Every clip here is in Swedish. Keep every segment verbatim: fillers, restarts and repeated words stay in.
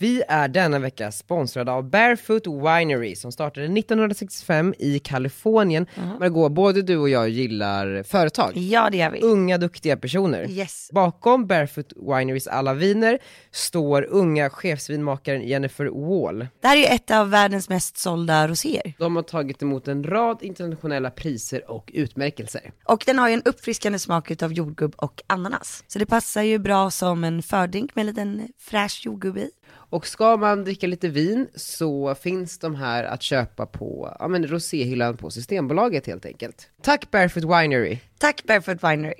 Vi är denna vecka sponsrade av Barefoot Winery som startade nittonhundrasextiofem i Kalifornien. Uh-huh. Margot, både du och jag gillar företag. Ja, det gör vi. Unga, duktiga personer. Yes. Bakom Barefoot Winerys alla viner står unga chefsvinmakaren Jennifer Wall. Det här är ett av världens mest sålda roséer. De har tagit emot en rad internationella priser och utmärkelser. Och den har ju en uppfriskande smak utav jordgubb och ananas. Så det passar ju bra som en fördrink med en liten fräsch jordgubb i. Och ska man dricka lite vin så finns de här att köpa på ja, men roséhyllan på Systembolaget helt enkelt. Tack Barefoot Winery. Tack Barefoot Winery.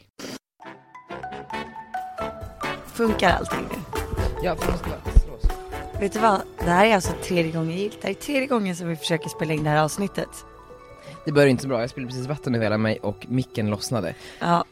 Funkar allting nu? Ja, för oss slås. Vet du vad? Det här är alltså tredje gången gilt. Det här är tredje gången som vi försöker spela in det här avsnittet. Det börjar inte så bra. Jag spelade precis vatten över hela mig och micken lossnade. Ja.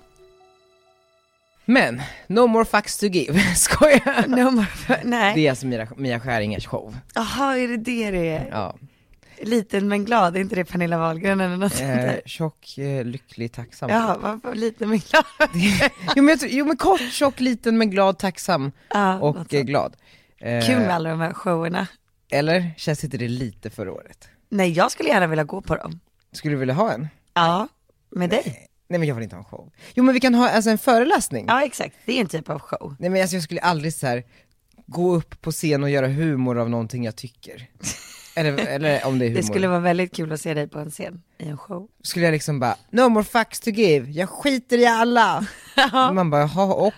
Men, no more facts to give. Skojar. No more, nej. Det är alltså Mia, Mia Skäringers show. Jaha, är det det det är? Ja. Liten men glad, är inte det Pernilla Wahlgren eller något sånt där? Eh, tjock, eh, lycklig, tacksam. Ja, varför liten men glad? jo, men jag tror, jo men kort, tjock, liten men glad, tacksam ja, och eh, glad. Eh, Kul med alla de här showerna. Eller känns inte det lite förra året? Nej, jag skulle gärna vilja gå på dem. Skulle du vilja ha en? Ja, med dig. Nej. Nej men jag vill inte ha en show. Jo men vi kan ha alltså en föreläsning. Ja exakt, det är en typ av show. Nej men alltså, jag skulle aldrig så här gå upp på scen och göra humor av någonting jag tycker. eller, eller om det är humor. Det skulle vara väldigt kul att se dig på en scen i en show. Skulle jag liksom bara, no more facts to give, jag skiter i alla. Man bara, jaha och?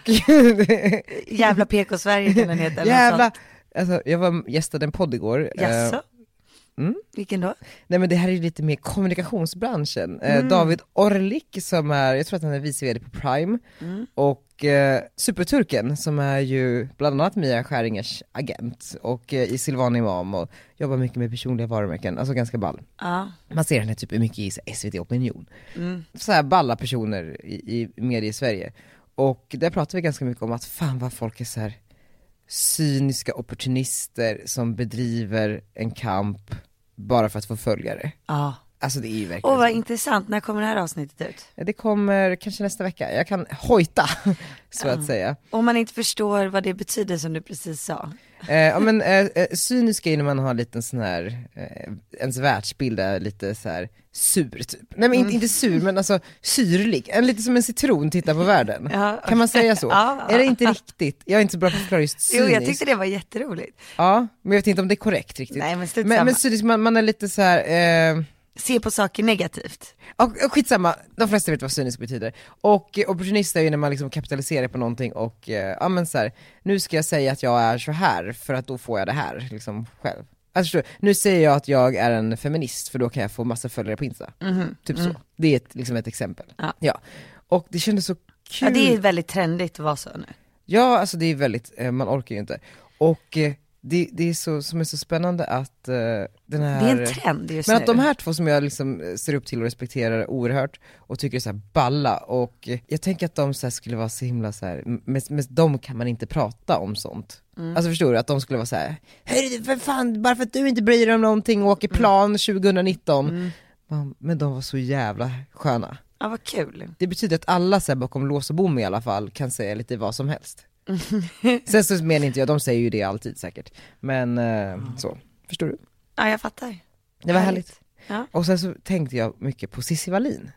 Jävla P K-Sverige kan den heta. Jävla, alltså jag var gästade en podd igår. Jaså? Mm. Vilken då? Nej men det här är ju lite mer kommunikationsbranschen. Mm. Eh, David Orlik som är, jag tror att han är vice vd på Prime. Mm. Och eh, Superturken som är ju bland annat Mia Skäringers agent. Och eh, i Silvan Imam och jobbar mycket med personliga varumärken. Alltså ganska ball. Ah. Man ser henne typ mycket i S V T Opinion. Mm. Så här balla personer i, i media i Sverige. Och där pratar vi ganska mycket om att fan vad folk är så här cyniska opportunister som bedriver en kamp bara för att få följare. Ja. Alltså det är ju verkligen. Åh, vad så. Intressant. När kommer det här avsnittet ut? Det kommer kanske nästa vecka. Jag kan hojta, så ja. att säga. Om man inte förstår vad det betyder som du precis sa. Eh, ja, men eh, cyniska är när man har lite sån här, eh, ens världsbild är lite så här sur typ. Nej men mm. inte, inte sur, men alltså syrlig. En, lite som en citron tittar på världen. Ja. Kan man säga så? Ja. Är det inte riktigt? Jag är inte så bra på att förklara just cynisk. Jo, jag tyckte det var jätteroligt. Ja, men jag vet inte om det är korrekt riktigt. Nej, men slutt men, samma. men cynisk, man, man är lite så här... Eh, Se på saker negativt. Och, och skitsamma, de flesta vet vad cynisk betyder. Och eh, opportunist är ju när man liksom kapitaliserar på någonting och eh, ja men så här, nu ska jag säga att jag är så här för att då får jag det här liksom själv. Alltså, nu säger jag att jag är en feminist för då kan jag få massa följare på Insta. Mm-hmm. Typ mm. så. Det är ett, liksom ett exempel. Ja. ja. Och det kändes så kul. Ja, det är väldigt trendigt att vara så nu. Ja, alltså det är väldigt, eh, man orkar ju inte. Och eh, Det, det är så, som är så spännande att uh, den här... Det är en trend just Men nu. att de här två som jag liksom ser upp till och respekterar oerhört och tycker är så här balla, och jag tänker att de så här skulle vara så himla så här, med, med dem kan man inte prata om sånt. Mm. Alltså förstår du, att de skulle vara så här, hej för fan, bara för att du inte bryr dig om någonting och åker plan mm. tjugonitton. Mm. Men de var så jävla sköna. Ja, vad kul. Det betyder att alla så här, bakom lås och bom i alla fall kan säga lite vad som helst. Sen så menar inte jag, de säger ju det alltid säkert. Men eh, så, förstår du? Ja, jag fattar. Det var härligt, härligt. Ja. Och sen så tänkte jag mycket på Cissi Wallin.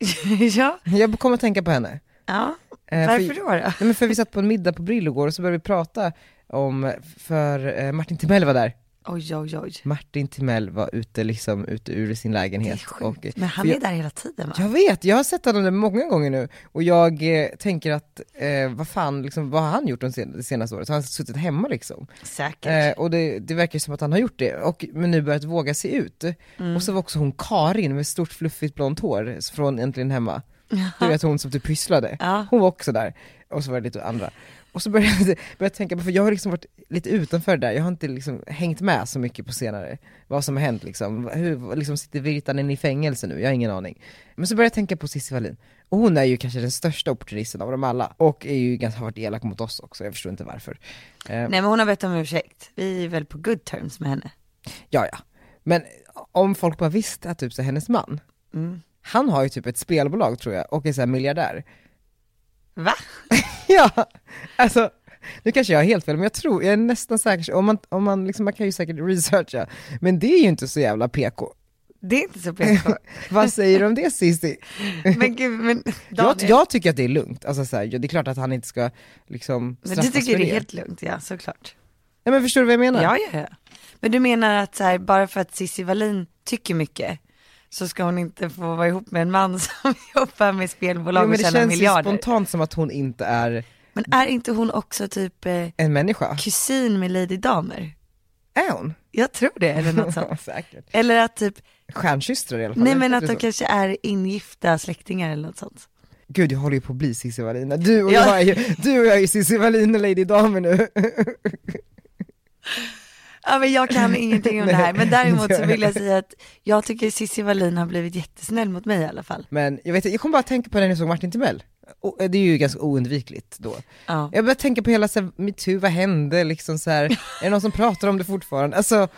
Ja. Jag kommer att tänka på henne. Ja, varför då då? Nej, men för vi satt på en middag på Brillo igår och så började vi prata om, för eh, Martin Timell var där. Oj, oj, oj. Martin Timell var ute liksom ute ur sin lägenhet. Och, men han är jag, där hela tiden, va? Jag vet, jag har sett honom där många gånger nu. Och jag eh, tänker att, eh, vad fan, liksom, vad har han gjort det senaste året? Han har suttit hemma liksom. Säkert. Eh, och det, det verkar som att han har gjort det. Och, men nu börjat våga se ut. Mm. Och så var också hon Karin med stort fluffigt blont hår från Äntligen Hemma. Ja. Du vet hon som typ pysslade. Ja. Hon var också där. Och så var det lite andra. Och så började jag, började jag tänka på, för jag har liksom varit lite utanför där. Jag har inte liksom hängt med så mycket på senare. Vad som har hänt liksom. Hur liksom sitter Virtanen i fängelse nu? Jag har ingen aning. Men så började jag tänka på Cissi Wallin. Och hon är ju kanske den största opportunisten av dem alla. Och är ju ganska varit elak mot oss också. Jag förstår inte varför. Nej, men hon har bett om ursäkt. Vi är väl på good terms med henne. Ja, ja. Men om folk bara visste att typ så hennes man, mm. han har ju typ ett spelbolag tror jag. Och är så här miljardär. Va? Ja, alltså Nu kanske jag har helt fel, men jag tror, jag är nästan säker, om man, om man, liksom, man kan ju säkert researcha, men det är ju inte så jävla P K. Det är inte så P K. Vad säger du om det, Cissi? Men gud, men jag, jag tycker att det är lugnt, alltså, så här, det är klart att han inte ska liksom straffas. Men du tycker det är helt lugnt, ja, såklart. Ja, men förstår du vad jag menar? Ja, ja, ja. Men du menar att så här, bara för att Cissi Wallin tycker mycket så ska hon inte få vara ihop med en man som jobbar med spelbolag jo, och tjänar miljarder? Det känns spontant som att hon inte är... Men är inte hon också typ eh, en människa? Kusin med Lady Damer? Är hon? Jag tror det, eller något sånt. Säkert. Eller att typ... stjärnsystrar i alla fall. Nej, men att de kanske är ingifta släktingar eller något sånt. Gud, jag håller ju på att bli Cissi Wallin. Du och, ja. jag är ju, du och jag är ju Cissi Wallin och Lady Damer nu. Ja, men jag kan ingenting om det här. Men däremot så vill jag säga att jag tycker Cissi Wallin har blivit jättesnäll mot mig i alla fall. Men jag vet jag kommer bara tänka på när jag såg Martin Timell. Och det är ju ganska oundvikligt då. Ja. Jag börjar tänka på hela så här, MeToo, vad hände liksom så här. Är det någon som pratar om det fortfarande? Alltså...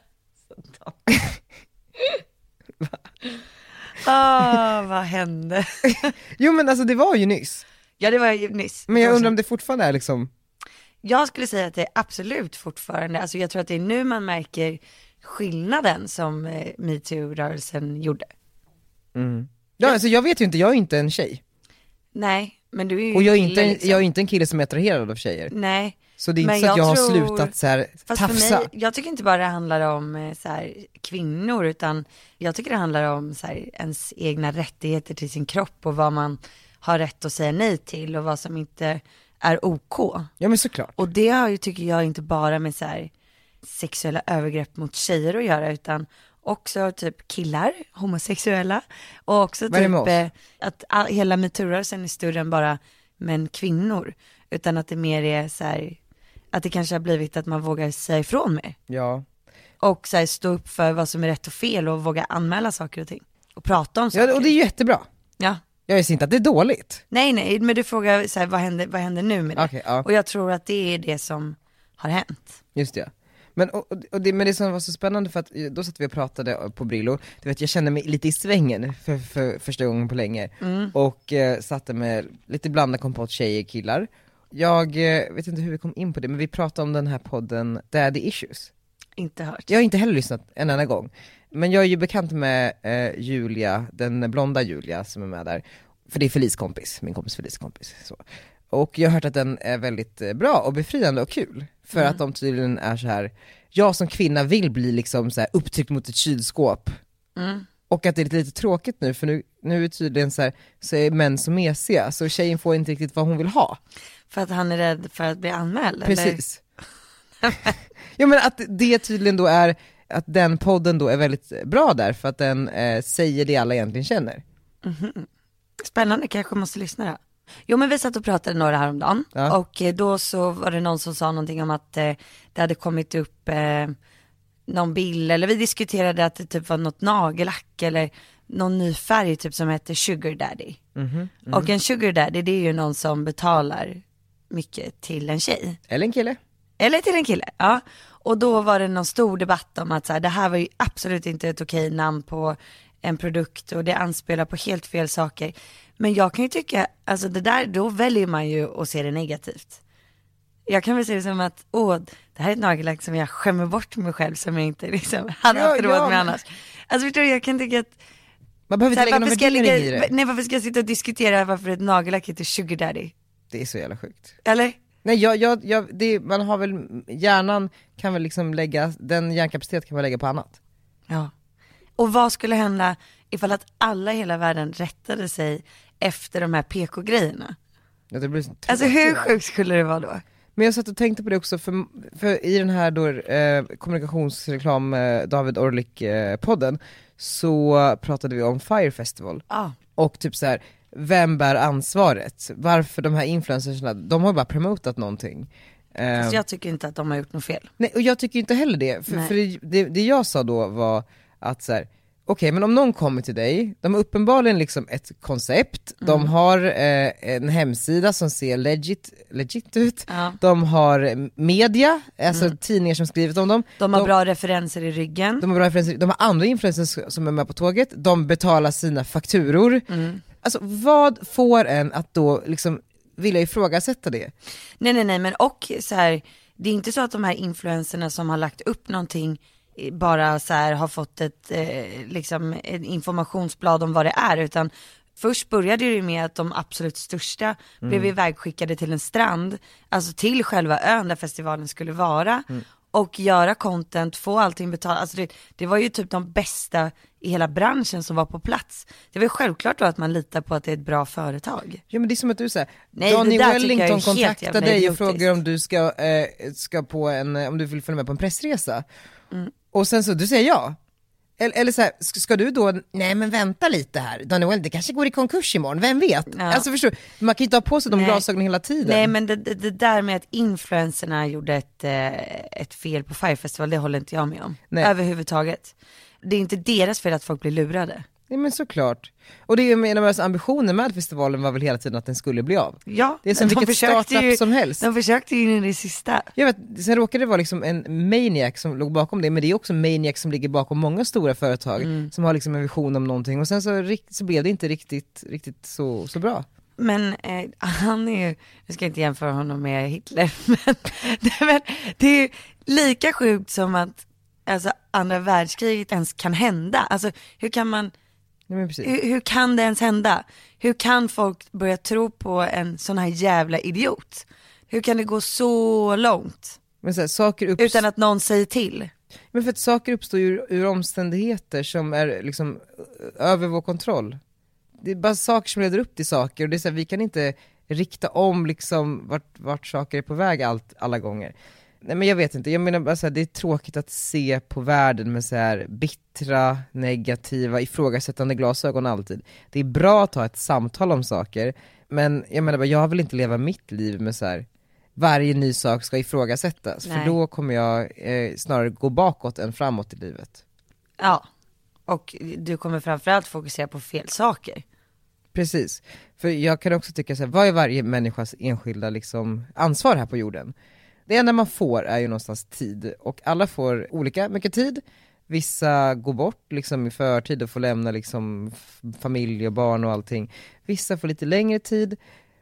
Ah, vad hände? Jo, men alltså det var ju nyss. Ja, det var ju nyss. Men jag undrar om det fortfarande är liksom... Jag skulle säga att det är absolut fortfarande, alltså jag tror att det är nu man märker skillnaden som eh, MeToo-rörelsen gjorde. Mm. Ja, alltså jag vet ju inte, jag är inte en tjej. Nej, men du är ju och jag är, kille, inte en, liksom. jag är inte en kille som är attraherad av tjejer. Nej. Så det är inte så att jag, jag tror... har slutat så här Fast tafsa. För mig, jag tycker inte bara det handlar om så här, kvinnor, utan jag tycker det handlar om så här, ens egna rättigheter till sin kropp och vad man har rätt att säga nej till och vad som inte är OK. Ja, men såklart. Och det har ju, tycker jag, inte bara med så här, sexuella övergrepp mot tjejer att göra, utan också typ killar, homosexuella, och också typ eh, att all, hela MeToo-rörelsen är större än bara män, kvinnor, utan att det mer är så här, att det kanske har blivit att man vågar säga ifrån mer. Ja. Och så här, stå upp för vad som är rätt och fel och våga anmäla saker och ting. Och prata om saker. Ja, och det är jättebra. Ja. Jag ser inte att det är dåligt. Nej, nej, men du frågar så här, vad händer, vad händer nu med det? Okay, ja. Och jag tror att det är det som har hänt. Just det. Men, och, och det, men det som var så spännande, för att då satt vi och pratade på Brillo, du vet, jag kände mig lite i svängen för, för första gången på länge. Mm. Och eh, satte med lite blandad kompott tjejer, killar. Jag eh, vet inte hur vi kom in på det, men vi pratade om den här podden Daddy Issues. Inte hört. Jag har inte heller lyssnat en enda gång. Men jag är ju bekant med eh, Julia, den blonda Julia som är med där. För det är Felice kompis, min kompis Felice kompis. Så. Och jag har hört att den är väldigt bra och befriande och kul. För mm. att de tydligen är så här. Jag som kvinna vill bli liksom så här upptryckt mot ett kylskåp. Mm. Och att det är lite, lite tråkigt nu, för nu, nu är tydligen så här, så är män så mesiga, så tjejen får inte riktigt vad hon vill ha. För att han är rädd för att bli anmäld? Precis. Jo, men att det tydligen då är, att den podden då är väldigt bra där, för att den eh, säger det alla egentligen känner. Mm-hmm. Spännande, kanske måste lyssna då. Jo, men vi satt och pratade några häromdagen, ja. Och eh, då så var det någon som sa någonting om att eh, det hade kommit upp eh, någon bild, eller vi diskuterade att det typ var något nagellack eller någon ny färg typ som heter Sugar Daddy. Mm-hmm. Mm-hmm. Och en Sugar Daddy, det är ju någon som betalar mycket till en tjej. Eller en kille. Eller till en kille, ja. Och då var det någon stor debatt om att så här, det här var ju absolut inte ett okej namn på en produkt och det anspelar på helt fel saker. Men jag kan ju tycka, alltså det där, då väljer man ju att se det negativt. Jag kan väl se det som att, åh, det här är ett nagellack som jag skämmer bort mig själv, som jag inte liksom hade haft råd ja, med annars. Alltså förstår du, jag kan tycka att man behöver inte lägga någon värdering i det. Nej, varför ska jag sitta och diskutera varför ett nagellack heter Sugar Daddy? Det är så jävla sjukt. Eller? Nej, jag, jag, jag, det, man har väl, hjärnan kan väl liksom lägga, den hjärnkapacitet kan man lägga på annat. Ja. Och vad skulle hända ifall att alla i hela världen rättade sig efter de här P K-grejerna? Ja, det blir så alltså hur sjukt skulle det vara då? Men jag satt och tänkte på det också, för, för i den här då, eh, kommunikationsreklam eh, David Orlik-podden eh, så pratade vi om Fire Festival. Ah. Och typ så här, vem bär ansvaret? Varför de här influencersna, de har ju bara promotat någonting. Fast jag tycker inte att de har gjort något fel. Nej, och jag tycker inte heller det. För, för det, det, det jag sa då var att så här, okej, okay, men om någon kommer till dig, de har uppenbarligen liksom ett koncept, mm. de har eh, en hemsida som ser legit, legit ut, ja. De har media, alltså mm. tidningar som skrivit om dem. De har de, bra referenser i ryggen. De har bra referenser, de har andra influencers som är med på tåget, de betalar sina fakturor. Mm. Alltså vad får en att då liksom vilja ifrågasätta det. Nej, nej, nej, men och så här, det är inte så att de här influencerna som har lagt upp någonting bara så här har fått ett, eh, liksom, ett informationsblad om vad det är, utan först började det ju med att de absolut största mm. blev ivägskickade till en strand, alltså till själva ön där festivalen skulle vara mm. och göra content, få allting betalt. Alltså det, det var ju typ de bästa i hela branschen som var på plats. Det var ju självklart då att man litar på att det är ett bra företag. Ja, men det är som att du säger, Donny Wellington kontaktar dig och frågar om du ska, eh, ska på en, om du vill följa med på en pressresa. Mm. Och sen så, du säger ja. Eller, eller så här, ska du då, nej men vänta lite här, Donny Wellington, det kanske går i konkurs imorgon, vem vet? Ja. Alltså förstår du, man kan ju inte ha på sig de nej. glasögonen hela tiden. Nej, men det, det, det där med att influencerna gjorde ett, ett fel på Fyre Festival, det håller inte jag med om. Nej. Överhuvudtaget. Det är inte deras fel att folk blir lurade. Nej, men såklart. Och det är ju en av deras ambitioner med festivalen var väl hela tiden att den skulle bli av. Ja, det är som vilket startup ju, som helst. De försökte ju in i det sista. Jag vet, sen råkade det vara liksom en maniac som låg bakom det, men det är också maniac som ligger bakom många stora företag mm. som har liksom en vision om någonting, och sen så, så blev det inte riktigt, riktigt så, så bra. Men eh, han är ju, jag ska inte jämföra honom med Hitler, men, men det är lika sjukt som att alltså, andra världskriget ens kan hända. Alltså hur kan man Ja, hur, hur kan det ens hända? Hur kan folk börja tro på en sån här jävla idiot? Hur kan det gå så långt? Men så här, saker uppst- utan att någon säger till. Men för att saker uppstår ur, ur omständigheter som är liksom över vår kontroll. Det är bara saker som leder upp till saker, och det är så här, vi kan inte rikta om liksom vart, vart saker är på väg allt, alla gånger. Nej, men jag vet inte, jag menar bara så här, det är tråkigt att se på världen med så här bittra, negativa, ifrågasättande glasögon alltid. Det är bra att ha ett samtal om saker, men jag menar bara, jag vill inte leva mitt liv med så här, varje ny sak ska ifrågasättas. Nej. För då kommer jag eh, snarare gå bakåt än framåt i livet. Ja, och du kommer framförallt fokusera på fel saker. Precis, för jag kan också tycka så här, vad är varje människas enskilda liksom ansvar här på jorden? Det enda man får är ju någonstans tid, och alla får olika mycket tid. Vissa går bort liksom i förtid och får lämna liksom familj och barn och allting. Vissa får lite längre tid.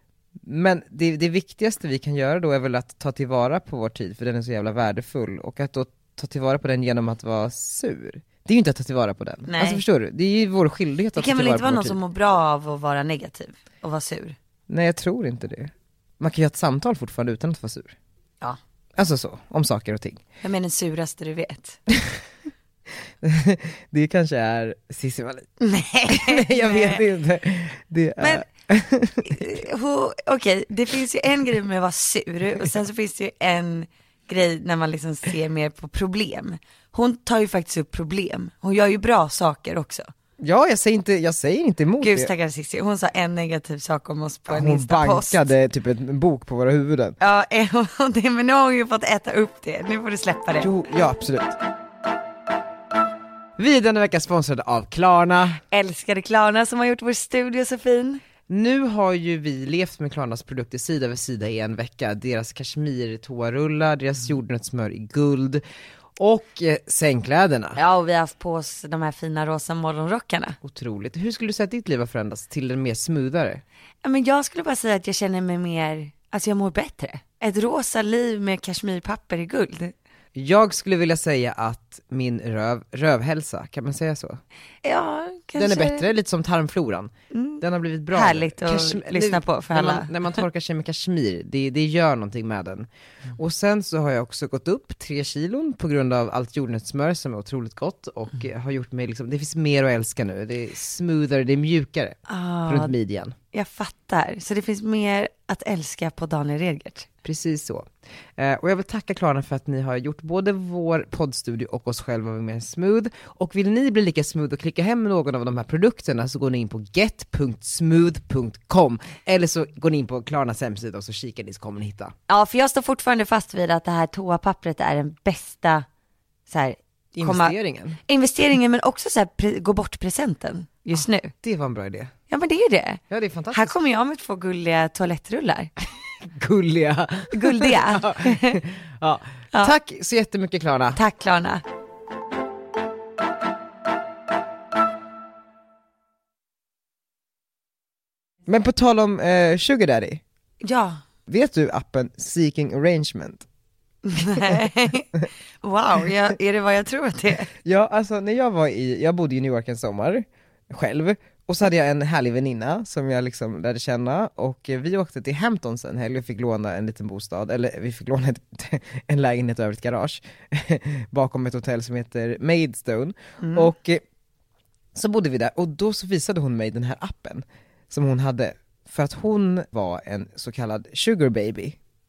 Men det, det viktigaste vi kan göra då är väl att ta tillvara på vår tid, för den är så jävla värdefull. Och att då ta tillvara på den genom att vara sur. Det är ju inte att ta tillvara på den. Nej. Alltså förstår du? Det är ju vår skyldighet att ta tillvara på vår tid. Det kan väl inte vara någon som mår bra av att vara negativ och vara sur? Nej, jag tror inte det. Man kan ju ha ett samtal fortfarande utan att vara sur. Ja. Alltså så, om saker och ting. Jag menar den suraste du vet. Det kanske är Cissi Wallin. Nej, jag vet inte. Det är... Men, okej, okay, det finns ju en grej med att vara sur, och sen så finns det ju en grej när man liksom ser mer på problem. Hon tar ju faktiskt upp problem. Hon gör ju bra saker också. Ja, jag säger inte, jag säger inte emot Gud, det. stackars Cissi. Hon sa en negativ sak om oss på ja, en hon Insta-post. Hon bankade typ en bok på våra huvuden. Ja, det, men nu har hon ju fått äta upp det. Nu får du släppa det. Jo, ja, absolut. Vi är denna vecka sponsrade av Klarna. Älskade Klarna som har gjort vår studio så fin. Nu har ju vi levt med Klarnas produkter sida vid sida i en vecka. Deras kashmir-toarullar, deras jordnötssmör i guld och eh, sängkläderna. Ja, och vi har haft på oss de här fina rosa morgonrockarna. Otroligt. Hur skulle du säga att ditt liv har förändrats till en mer smoothare? Ja, men jag skulle bara säga att jag känner mig mer, alltså jag mår bättre. Ett rosa liv med kashmirpapper i guld. Jag skulle vilja säga att min röv, rövhälsa, kan man säga så? Ja, kanske. Den är bättre, lite som tarmfloran. Mm. Den har blivit bra. Härligt att Kashmir, lyssna på för när alla. Man, när man torkar sig med kashmir, det, det gör någonting med den. Mm. Och sen så har jag också gått upp tre kilon på grund av allt jordnötssmör som är otroligt gott. Och mm. har gjort mig liksom, det finns mer att älska nu. Det är smoothare, det är mjukare ah, runt midjan. Jag fattar, så det finns mer att älska på Daniel Redgert. Precis så. Eh, och jag vill tacka Klarna för att ni har gjort både vår poddstudio och oss själva mer smooth. Och vill ni bli lika smooth och klicka hem någon av de här produkterna, så går ni in på get punkt smooth punkt com eller så går ni in på Klarnas hemsida och så kikar ni, så kommer ni hitta. Ja, för jag står fortfarande fast vid att det här toapappret är den bästa så här, investeringen. Komma, investeringen men också så här, pre, gå bort presenten just ja, nu. Det var en bra idé. Ja, men det är det. Ja, det är fantastiskt. Här kommer jag med två gulliga toalettrullar. Gulliga. Guldiga. ja. Ja. Ja. Tack så jättemycket, Klarna. Tack, Klarna. Men på tal om eh, Sugar Daddy. Ja. Vet du appen Seeking Arrangement? Nej. Wow, jag, är det vad jag tror att det är? Ja, alltså när jag var i, jag bodde i New York en sommar själv, och så hade jag en härlig väninna som jag liksom lärde känna, och vi åkte till Hamptons en helg och fick låna en liten bostad, eller vi fick låna ett, en lägenhet över ett garage bakom ett hotell som heter Maidstone, mm. och så bodde vi där, och då så visade hon mig den här appen som hon hade, för att hon var en så kallad sugar baby.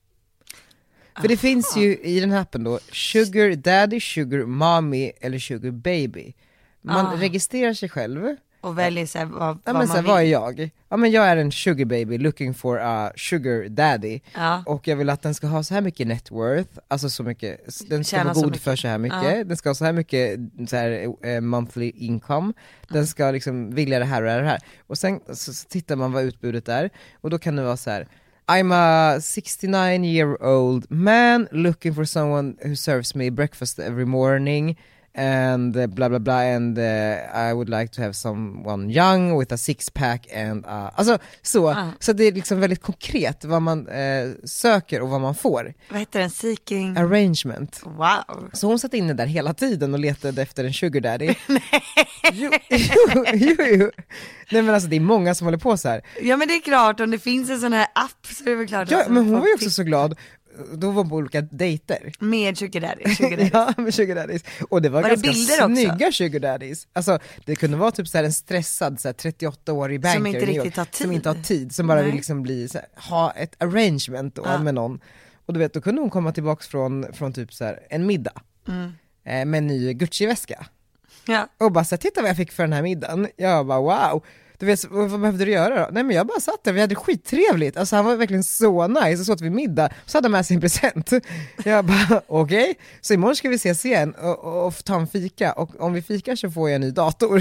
För Aha. det finns ju i den här appen då sugar daddy, sugar mommy eller sugar baby. Man ah. registrerar sig själv och väljer så här, vad, ja, vad men, man så här, vill. vad är jag? Ja, men jag är en sugar baby looking for a sugar daddy, ja. och jag vill att den ska ha så här mycket net worth, alltså så mycket, den ska Tjäna vara god för så här mycket, ja. Den ska ha så här mycket så här, uh, monthly income, den mm. ska liksom vilja det här och det här, och sen så, så tittar man vad utbudet är, och då kan det vara så här: I'm a sixty-nine year old man looking for someone who serves me breakfast every morning and uh, blah blah blah, and uh, I would like to have someone young with a six pack and uh, alltså så, ah. så det är liksom väldigt konkret vad man uh, söker och vad man får. Vad heter den? Seeking Arrangement. Wow. Så hon satt inne där hela tiden och letade efter en sugar daddy. Nej. Jo, jo, jo, jo. Nej, men alltså det är många som håller på så här. Ja, men det är klart, om det finns en sån här app så är det väl klart. Ja, men hon var ju också så glad. Då var på olika dejter. Med sugar daddies, sugar daddies. Ja, med sugar daddies. Och det var, var ganska det snygga också? Sugar daddies. Alltså det kunde vara typ så här en stressad så här, trettioåtta-årig banker som inte riktigt har tid. Som inte har tid, som bara Nej. vill liksom bli så här, ha ett arrangement då, ja. med någon. Och du vet, då kunde hon komma tillbaks från, från typ så här, en middag mm. eh, med en ny Gucci-väska. Ja. Och bara så här, titta vad jag fick för den här middagen. Jag bara wow. Du vet, vad behövde du göra då? Nej, men jag bara satt där, vi hade skittrevligt. Alltså han var verkligen så nice, och så åt vi middag, så hade han med sig en present. Jag bara, okej, okay. Så imorgon ska vi ses igen och, och, och ta en fika, och om vi fikar så får jag en ny dator.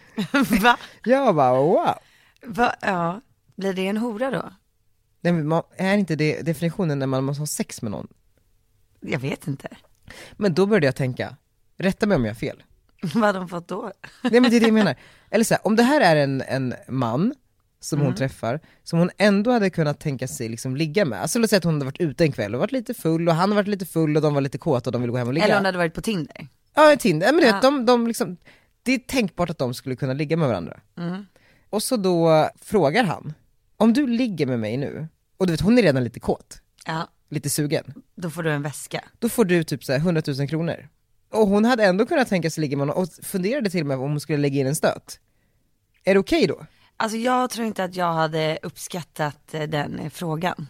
Va? Jag bara, wow. Va? Ja, blir det en hora då? Nej, men man, är inte det definitionen när man måste ha sex med någon? Jag vet inte. Men då började jag tänka, rätta mig om jag har fel. Vad har de fått då? Nej, men det är det jag menar. Eller så här, om det här är en, en man som mm. hon träffar, som hon ändå hade kunnat tänka sig liksom ligga med. Alltså låt säga att hon hade varit ute en kväll och varit lite full, och han har varit lite full, och de var lite kåta och de ville gå hem och ligga. Eller hon hade varit på Tinder. Ja, Tinder. Men det, ja. de, de liksom, det är tänkbart att de skulle kunna ligga med varandra. Mm. Och så då frågar han, om du ligger med mig nu, och du vet hon är redan lite kåt, ja. lite sugen. Då får du en väska. Då får du typ så här hundratusen kronor. Och hon hade ändå kunnat tänka sig ligga med honom, och funderade till och med om hon skulle lägga in en stöt. Är det okej okay då? Alltså jag tror inte att jag hade uppskattat den frågan.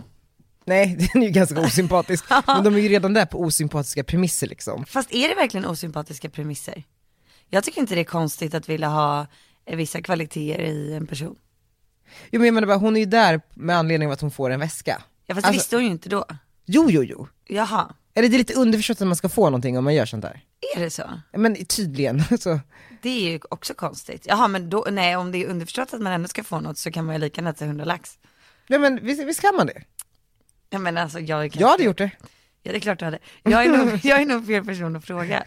Nej, den är ju ganska osympatisk. Men de är ju redan där på osympatiska premisser liksom. Fast är det verkligen osympatiska premisser? Jag tycker inte det är konstigt att vilja ha vissa kvaliteter i en person. Jo, men jag menar bara, hon är ju där med anledning av att hon får en väska. Ja, fast det alltså, visste hon ju inte då. Jo, jo, jo. Jaha. Eller det är lite underförstått att man ska få någonting om man gör sånt där. Är det så? Men tydligen. Så. Det är ju också konstigt. Jaha, men då, nej, om det är underförstått att man ändå ska få något, så kan man ju lika gärna ta hundra lax. Ja, men visst, visst kan man det? Ja, men alltså jag är kanske... Jag hade gjort det. Ja, det är klart du hade. Jag är nog, jag är nog fel person att fråga.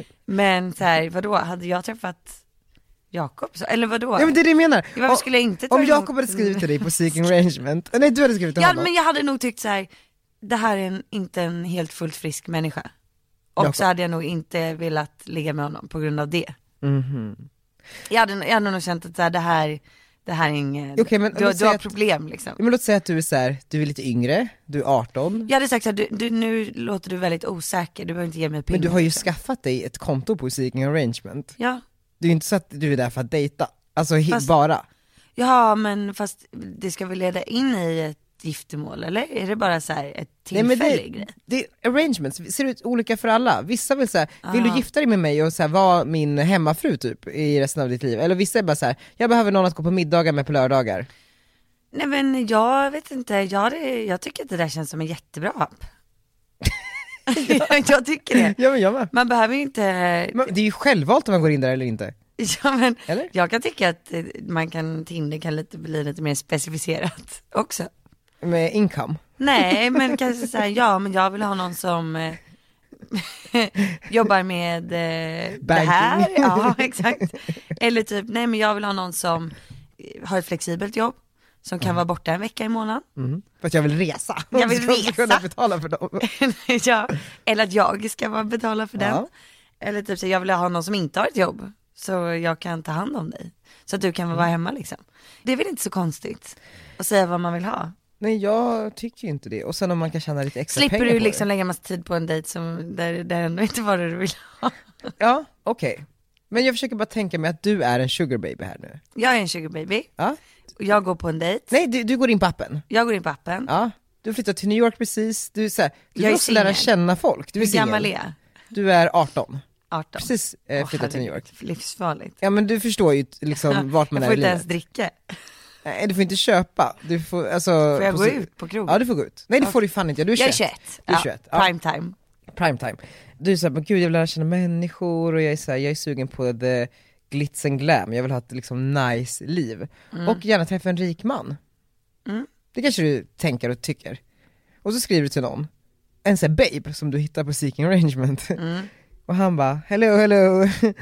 Men så här, vadå, hade jag träffat Jakob? Eller vadå? Ja, men det är det jag menar. Varför skulle jag inte ta Om Jakob emot... hade skrivit till dig på Seeking Arrangement, nej, du hade skrivit till ja, honom. Men jag hade nog tyckt så här, det här är en, inte en helt fullt frisk människa. Och Jakob. Så hade jag nog inte velat ligga med honom på grund av det. Mm-hmm. Jag hade, jag hade nog känt att så här, det här det här är inget, okay, men, du, du har att, problem liksom. Men låt säga att du är så här, du är lite yngre, du är arton. Jag hade sagt så här, du, du, nu låter du väldigt osäker, du behöver inte ge mig pengar. Men du har ju skaffat dig ett konto på Seeking Arrangement. Ja. Det är ju inte så att du är där för att dejta, alltså fast, bara. Ja, men fast det ska väl leda in i ett giftermål, eller är det bara så här ett tillfällig grej? Det är arrangements, ser ut olika för alla. Vissa vill säga, vill du gifta dig med mig och så här, vara min hemmafru typ i resten av ditt liv? Eller vissa är bara så här, jag behöver någon att gå på middagar med på lördagar. Nej, men jag vet inte, jag, det, jag tycker att det där känns som en jättebra app. Jag tycker det. Ja, men jag med. Man behöver ju inte... Men det är ju självvalt om man går in där eller inte. Ja, men eller? Jag kan tycka att man kan, Tinder kan lite, bli lite mer specificerat också. Med income? Nej, men kanske säga ja, men jag vill ha någon som eh, jobbar med eh, det här. Ja, exakt. Eller typ, nej men jag vill ha någon som har ett flexibelt jobb, som kan mm. vara borta en vecka i månaden. Mm. För att jag vill resa. Jag vill resa. Kunna betala för dem. Ja, eller att jag ska vara betala för den. Ja. Eller typ så jag vill ha någon som inte har ett jobb. Så jag kan ta hand om dig. Så att du kan vara mm. hemma liksom. Det är väl inte så konstigt att säga vad man vill ha. Nej, jag tycker ju inte det. Och sen om man kan tjäna lite extra Slipper pengar du på liksom det. lägga massa tid på en dejt som där, där ändå inte var det du vill ha. Ja, okej. Okay. Men jag försöker bara tänka mig att du är en sugar baby här nu. Jag är en sugar baby. Ja. Jag går på en dejt. Nej, du, du går in på appen. Jag går in på appen. Ja. Du flyttar till New York precis. Du, så här, du jag vill också lära känna folk. Du är Hur gammal är jag? Du är arton. arton. Precis eh, flyttat oh, till New York. Livsfarligt. Ja, men du förstår ju liksom vart man är i livet. Jag får inte ens dricka. Nej, du får inte köpa. Du får, alltså, får jag på, gå ut på krogen? Ja, du får gå ut. Nej, det får du fan inte. Du är tjugoett. Jag är tjugoett. Du är tjugoett. Ja, prime time. Prime time. Du är såhär, men gud jag vill lära känna människor och jag är såhär, jag är sugen på the glitz and glam. Jag vill ha ett liksom nice liv. Mm. Och gärna träffa en rik man. Mm. Det kanske du tänker och tycker. Och så skriver du till någon. En sån här babe som du hittar på Seeking Arrangement. Mm. Och han bara, hello, hello.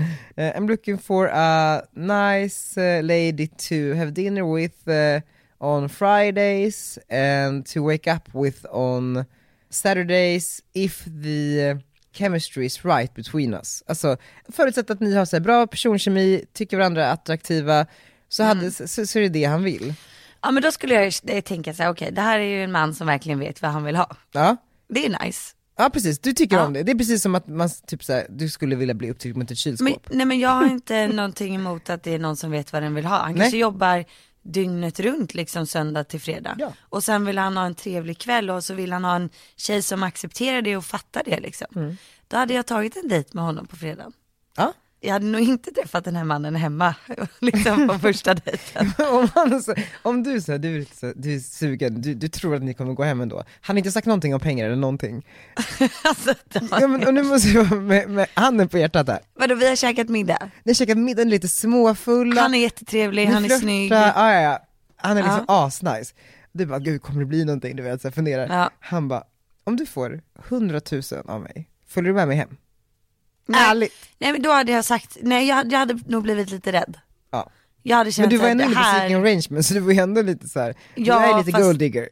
I'm looking for a nice uh, lady to have dinner with uh, on Fridays and to wake up with on Saturdays if the chemistry is right between us. Alltså förutsatt att ni har så här bra personkemi, tycker varandra attraktiva, så, hade, mm. så, så är det det han vill. Ja, men då skulle jag tänka så här, okej, okay, det här är ju en man som verkligen vet vad han vill ha. Ja. Det är nice. Ja, precis. Du tycker ja. om det. Det är precis som att man typ så här, du skulle vilja bli upptryckt mot ett kylskåp. Men, nej, men jag har inte någonting emot att det är någon som vet vad den vill ha. Han nej. kanske jobbar dygnet runt liksom söndag till fredag. Ja. Och sen vill han ha en trevlig kväll och så vill han ha en tjej som accepterar det och fattar det liksom. Mm. Då hade jag tagit en dejt med honom på fredag. Ja. Jag hade nog inte träffat den här mannen hemma liksom på första dejten. om, han, så, om du, så, du, är så, du är sugen, du, du tror att ni kommer gå hem ändå. Han har inte sagt någonting om pengar eller någonting. alltså, ja, men, och nu måste jag vara med, med handen på hjärtat där. Vadå, vi har käkat middag? Ni har käkat middag, lite småfulla. Han är jättetrevlig, han flörta, är snygg. Ja, ja, ja. Han är liksom ja. asnice. Du bara, gud kommer det bli någonting? Du vet, så jag funderar. Ja. Han bara, om du får hundratusen av mig, följer du med mig hem? Nej. Ärligt. Nej, men då hade jag sagt, nej jag, jag hade nog blivit lite rädd. Ja. Jag hade känt men du var ändå det lite här... seeking arrangement, så du var ändå lite så här. Ja, du är lite fast... gold digger.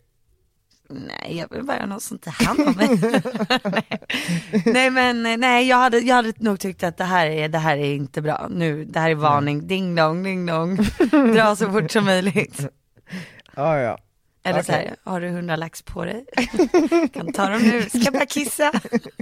Nej, jag vill bara någon som tar hand om mig. nej. nej men nej, jag hade, jag hade nog tyckt att det här är, det här är inte bra. Nu, det här är varning, mm. ding dong, ding dong. Dra så fort som möjligt. Ja, ja. Eller okay. Så här, har du hundra lax på dig? Kan ta dem nu, ska bara kissa.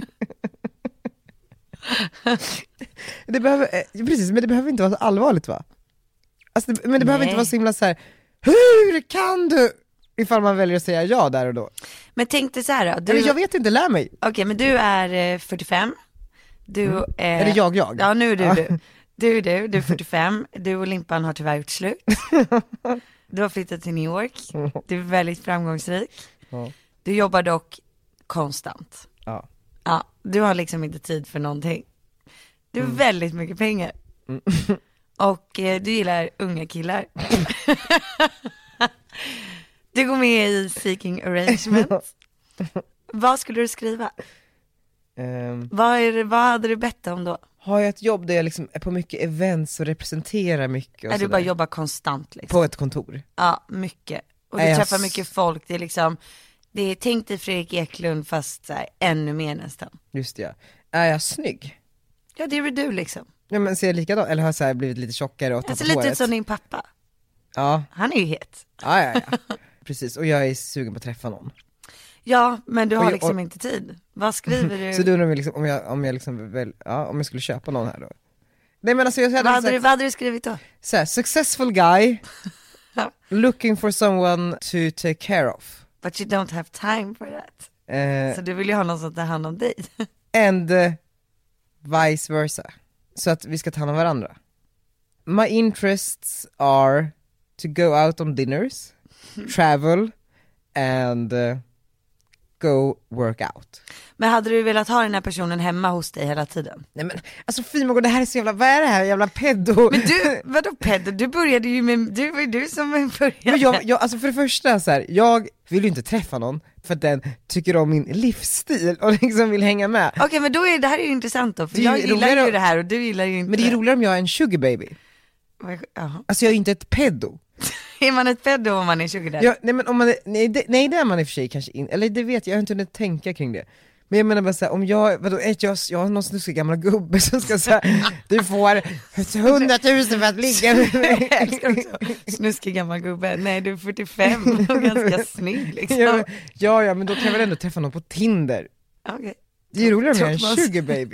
det behöver, precis, men det behöver inte vara så allvarligt, va? Alltså, det, men det Nej. behöver inte vara så himla så här. Hur kan du? Ifall man väljer att säga ja där och då. Men tänk dig så här då. Du... Eller jag vet inte, lär mig. Okej, okay, men du är fyrtiofem. Du mm. är... är det jag, jag? Ja, nu är du, ja. du. Du är du, du är fyrtiofem. Du och Limpan har tyvärr gjort slut. Du har flyttat till New York. Du är väldigt framgångsrik. Ja. Du jobbar dock konstant. Ja. Ja, du har liksom inte tid för någonting. Du har mm. väldigt mycket pengar. Mm. Och eh, du gillar unga killar. Du går med i Seeking Arrangement. Vad skulle du skriva? Um, vad, är det, vad hade du bett om då? Har jag ett jobb där jag liksom är på mycket events och representerar mycket? Och är du bara jobbar konstant liksom? På ett kontor? Ja, mycket. Och du är träffar jag... mycket folk. Det är liksom, det är tänk dig Fredrik Eklund fast så här, ännu mer nästan. Just det, ja. Är jag snygg? Ja, det är väl du liksom. Ja, men ser jag likadan? Eller har jag så här blivit lite tjockare och tappat håret? Jag ser lite ut som din pappa. Ja. Han är ju het. Ja, ja, ja. Precis, och jag är sugen på att träffa någon. Ja, men du har jag, liksom och... inte tid. Vad skriver du? Så du undrar liksom, om jag, om jag liksom väl, ja, om jag skulle köpa någon här då? Nej, men alltså jag hade vad, hade sagt, du, vad hade du skrivit då? Så här, successful guy looking for someone to take care of. But you don't have time for that. Eh, så du vill ju ha någon som tar hand om dig. and uh, vice versa. Så att vi ska ta hand om varandra. My interests are to go out on dinners, travel and uh, go work out. Men hade du velat ha den här personen hemma hos dig hela tiden? Nej men, alltså Fimogård, det här är så jävla, vad är det här jävla pedo? Men du, vadå pedo? Du började ju med, du var ju du som började. Men jag, jag, alltså för det första så här, jag vill ju inte träffa någon för att den tycker om min livsstil och liksom vill hänga med. Okej, okay, men då är det här är ju intressant då, för jag gillar ju om, det här och du gillar ju inte. Men det är roligare om jag är en sugar baby. Uh-huh. Alltså jag är inte ett pedo. Är man ett pedo om man är sugar daddy? Ja, nej men om man är, nej, det, nej det är man i och för sig kanske in, eller det vet jag, jag har inte hunnit tänka kring det. Men jag menar bara såhär, om jag, vadå, jag, jag har någon snuskig gamla gubbe som ska säga du får hundratusen för att ligga med mig. Snuskig gamla gubbe, nej du är fyrtiofem och ganska snygg liksom. Ja, ja, ja, men då kan jag väl ändå träffa någon på Tinder. Okay. Det är ju roligare med en sugar baby.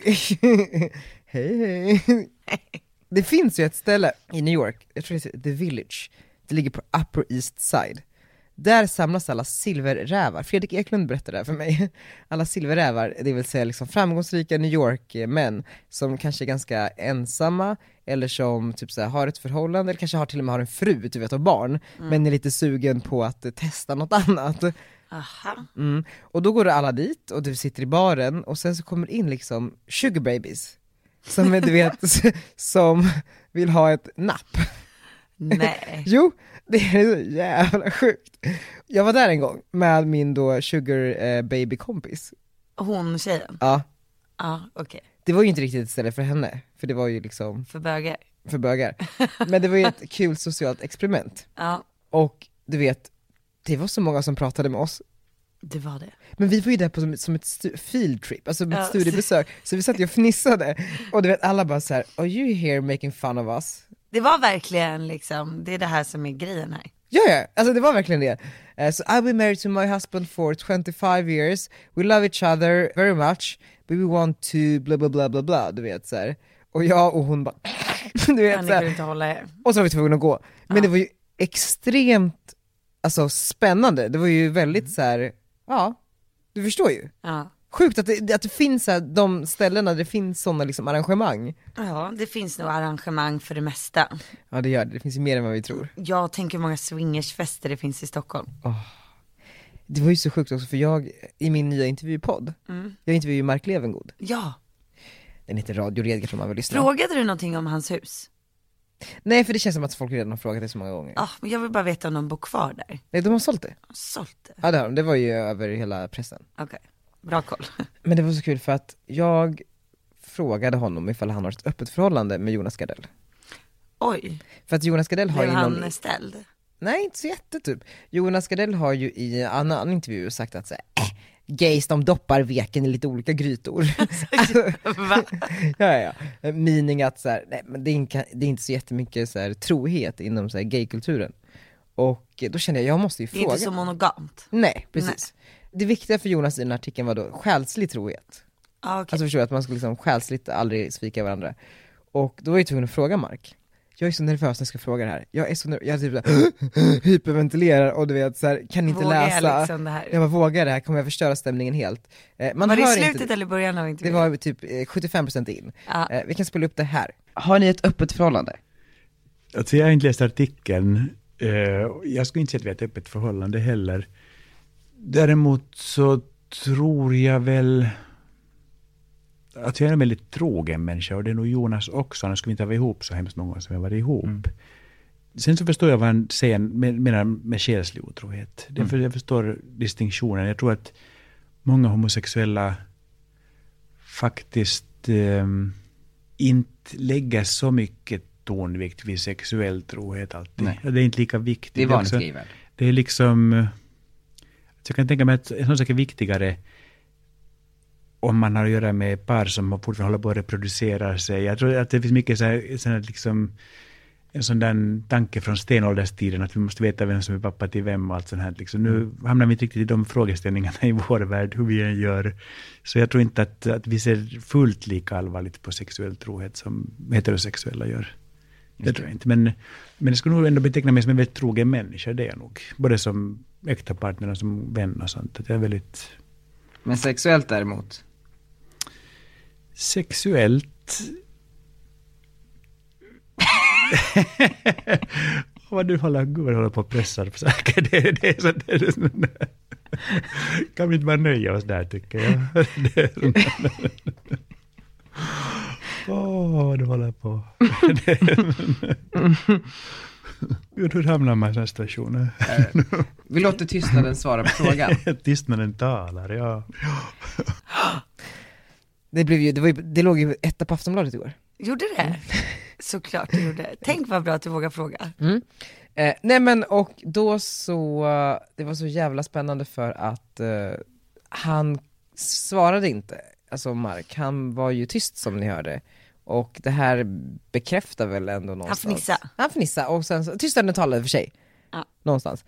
Hej hej. Det finns ju ett ställe i New York, jag tror det heter The Village. Det ligger på Upper East Side. Där samlas alla silverrävar. Fredrik Eklund berättade det för mig. Alla silverrävar, det vill säga liksom framgångsrika New York-män som kanske är ganska ensamma eller som typ så här, har ett förhållande eller kanske har till och med har en fru, du vet, och barn, mm. men är lite sugen på att testa något annat. Aha. Mm. Och då går det alla dit och du sitter i baren och sen så kommer in liksom sugar babies som är, du vet, som vill ha ett napp. Nej. Jo, det är så jävla sjukt. Jag var där en gång med min då sugar eh, baby kompis. Hon tjejen? Ja. Ja, okej. Okay. Det var ju inte riktigt ett ställe för henne, för det var ju liksom för bögar. För bögar. Men det var ju ett kul socialt experiment. Ja. Och du vet, det var så många som pratade med oss. Det var det. Men vi var ju där på som, som ett stu- field trip, alltså ett ja. studiebesök. Så vi satt ju och fnissade. Och du vet, alla bara så här: are you here making fun of us? Det var verkligen liksom, det är det här som är grejen här. Ja, ja, alltså det var verkligen det. Uh, so I've been married to my husband for twenty-five years. We love each other very much. But we want to bla bla bla bla bla, du vet så här. Och jag och hon bara du vet så här. Inte hålla er. Och så var vi tvungna att gå. Men ja. Det var ju extremt alltså spännande. Det var ju väldigt mm. så här, ja, du förstår ju. Ja. Sjukt att det, att det finns så här, de ställena där det finns sådana liksom arrangemang. Ja, det finns nog arrangemang för det mesta. Ja, det gör det. Det finns ju mer än vad vi tror. Jag tänker hur många swingersfester det finns i Stockholm. Oh. Det var ju så sjukt också, för jag, i min nya intervjupodd, mm. jag intervjuade Mark Levengood. Ja. Den heter Radio Redgert om man vill lyssna. Frågade du någonting om hans hus? Nej, för det känns som att folk redan har frågat det så många gånger. Ja, men jag vill bara veta om de bor kvar där. Nej, de har sålt det. Sålt det? Ja, det har de. Det var ju över hela pressen. Okej. Okay. Bra koll. Men det var så kul för att jag frågade honom ifall han har ett öppet förhållande med Jonas Gardell. Oj. För att Jonas Gardell har ju någon... han ställd? Nej, inte så jätte typ. Jonas Gardell har ju i en annan intervju sagt att så här, äh, gays de doppar veken i lite olika grytor. Va? ja, ja, ja. Meaning att så här, nej, men det, är, det är inte så jättemycket så här, trohet inom så här, gaykulturen. Och då kände jag, jag måste ju fråga. Det är inte så monogamt. Nej, precis. Nej. Det viktiga för Jonas i den artikeln var då själslig trohet. Ah, okay. Alltså förstår jag att man skulle liksom själsligt aldrig svika varandra. Och då var jag tvungen att fråga Mark. Jag är så nervös när jag ska fråga det här. Jag är så nervös, jag typ såhär, hyperventilerar och du vet så här, kan inte vågar läsa. Liksom det här. Jag bara, vågar det här, kommer jag förstöra stämningen helt. Man var det hör i slutet inte, eller början av intervjun? Det var typ sjuttiofem procent in. Ah. Vi kan spela upp det här. Har ni ett öppet förhållande? Alltså jag har inte läst artikeln. Jag skulle inte säga att vi har ett öppet förhållande heller. Däremot så tror jag väl att jag är en väldigt trogen människa, och det är nog Jonas också, annars skulle vi inte vara ihop så hemskt många som vi har varit ihop. Mm. Sen så förstår jag vad han säger menar med själslig otrohet. Mm. Därför jag förstår distinktionen. Jag tror att många homosexuella faktiskt eh, inte lägger så mycket tonvikt vid sexuell trohet alltid. Nej. Det är inte lika viktigt. Det är vanligt skrivet. Det är liksom, jag kan tänka mig att en sån sak är viktigare om man har att göra med par som fortfarande håller på att reproducera sig. Jag tror att det finns mycket så här, så här liksom, en sån där tanke från stenålderstiden att vi måste veta vem som är pappa till vem och allt sånt här. Liksom. Nu hamnar vi inte riktigt i de frågeställningarna i vår värld, hur vi än gör. Så jag tror inte att, att vi ser fullt lika allvarligt på sexuell trohet som heterosexuella gör. Det tror jag inte. Men, men det skulle nog ändå beteckna mig som en väldigt trogen människa, det är jag nog. Både som äkta partner och som vän och sånt. Att jag är väldigt... Men sexuellt däremot? Sexuellt... Vad du håller, gud, håller på att pressa på saker. Det, det är så, det är så, kan vi inte bara nöja oss där, tycker jag. Åh, oh, du håller på. Gud, hur hamnar man i sådana situationer? Vi låter tystnaden svara på frågan. Tystnaden talar, ja. Det, blev ju, det, var ju, det låg ju etta på Aftonbladet igår. Gjorde det? Såklart du gjorde. Tänk vad bra att du vågar fråga. Mm. Eh, nej men och då så, det var så jävla spännande för att eh, han svarade inte, alltså Mark, han var ju tyst som ni hörde. Och det här bekräftar väl ändå någonstans. Han fnissa. Han fnissa och sen så, tystnaden talade för sig. Ja. Någonstans.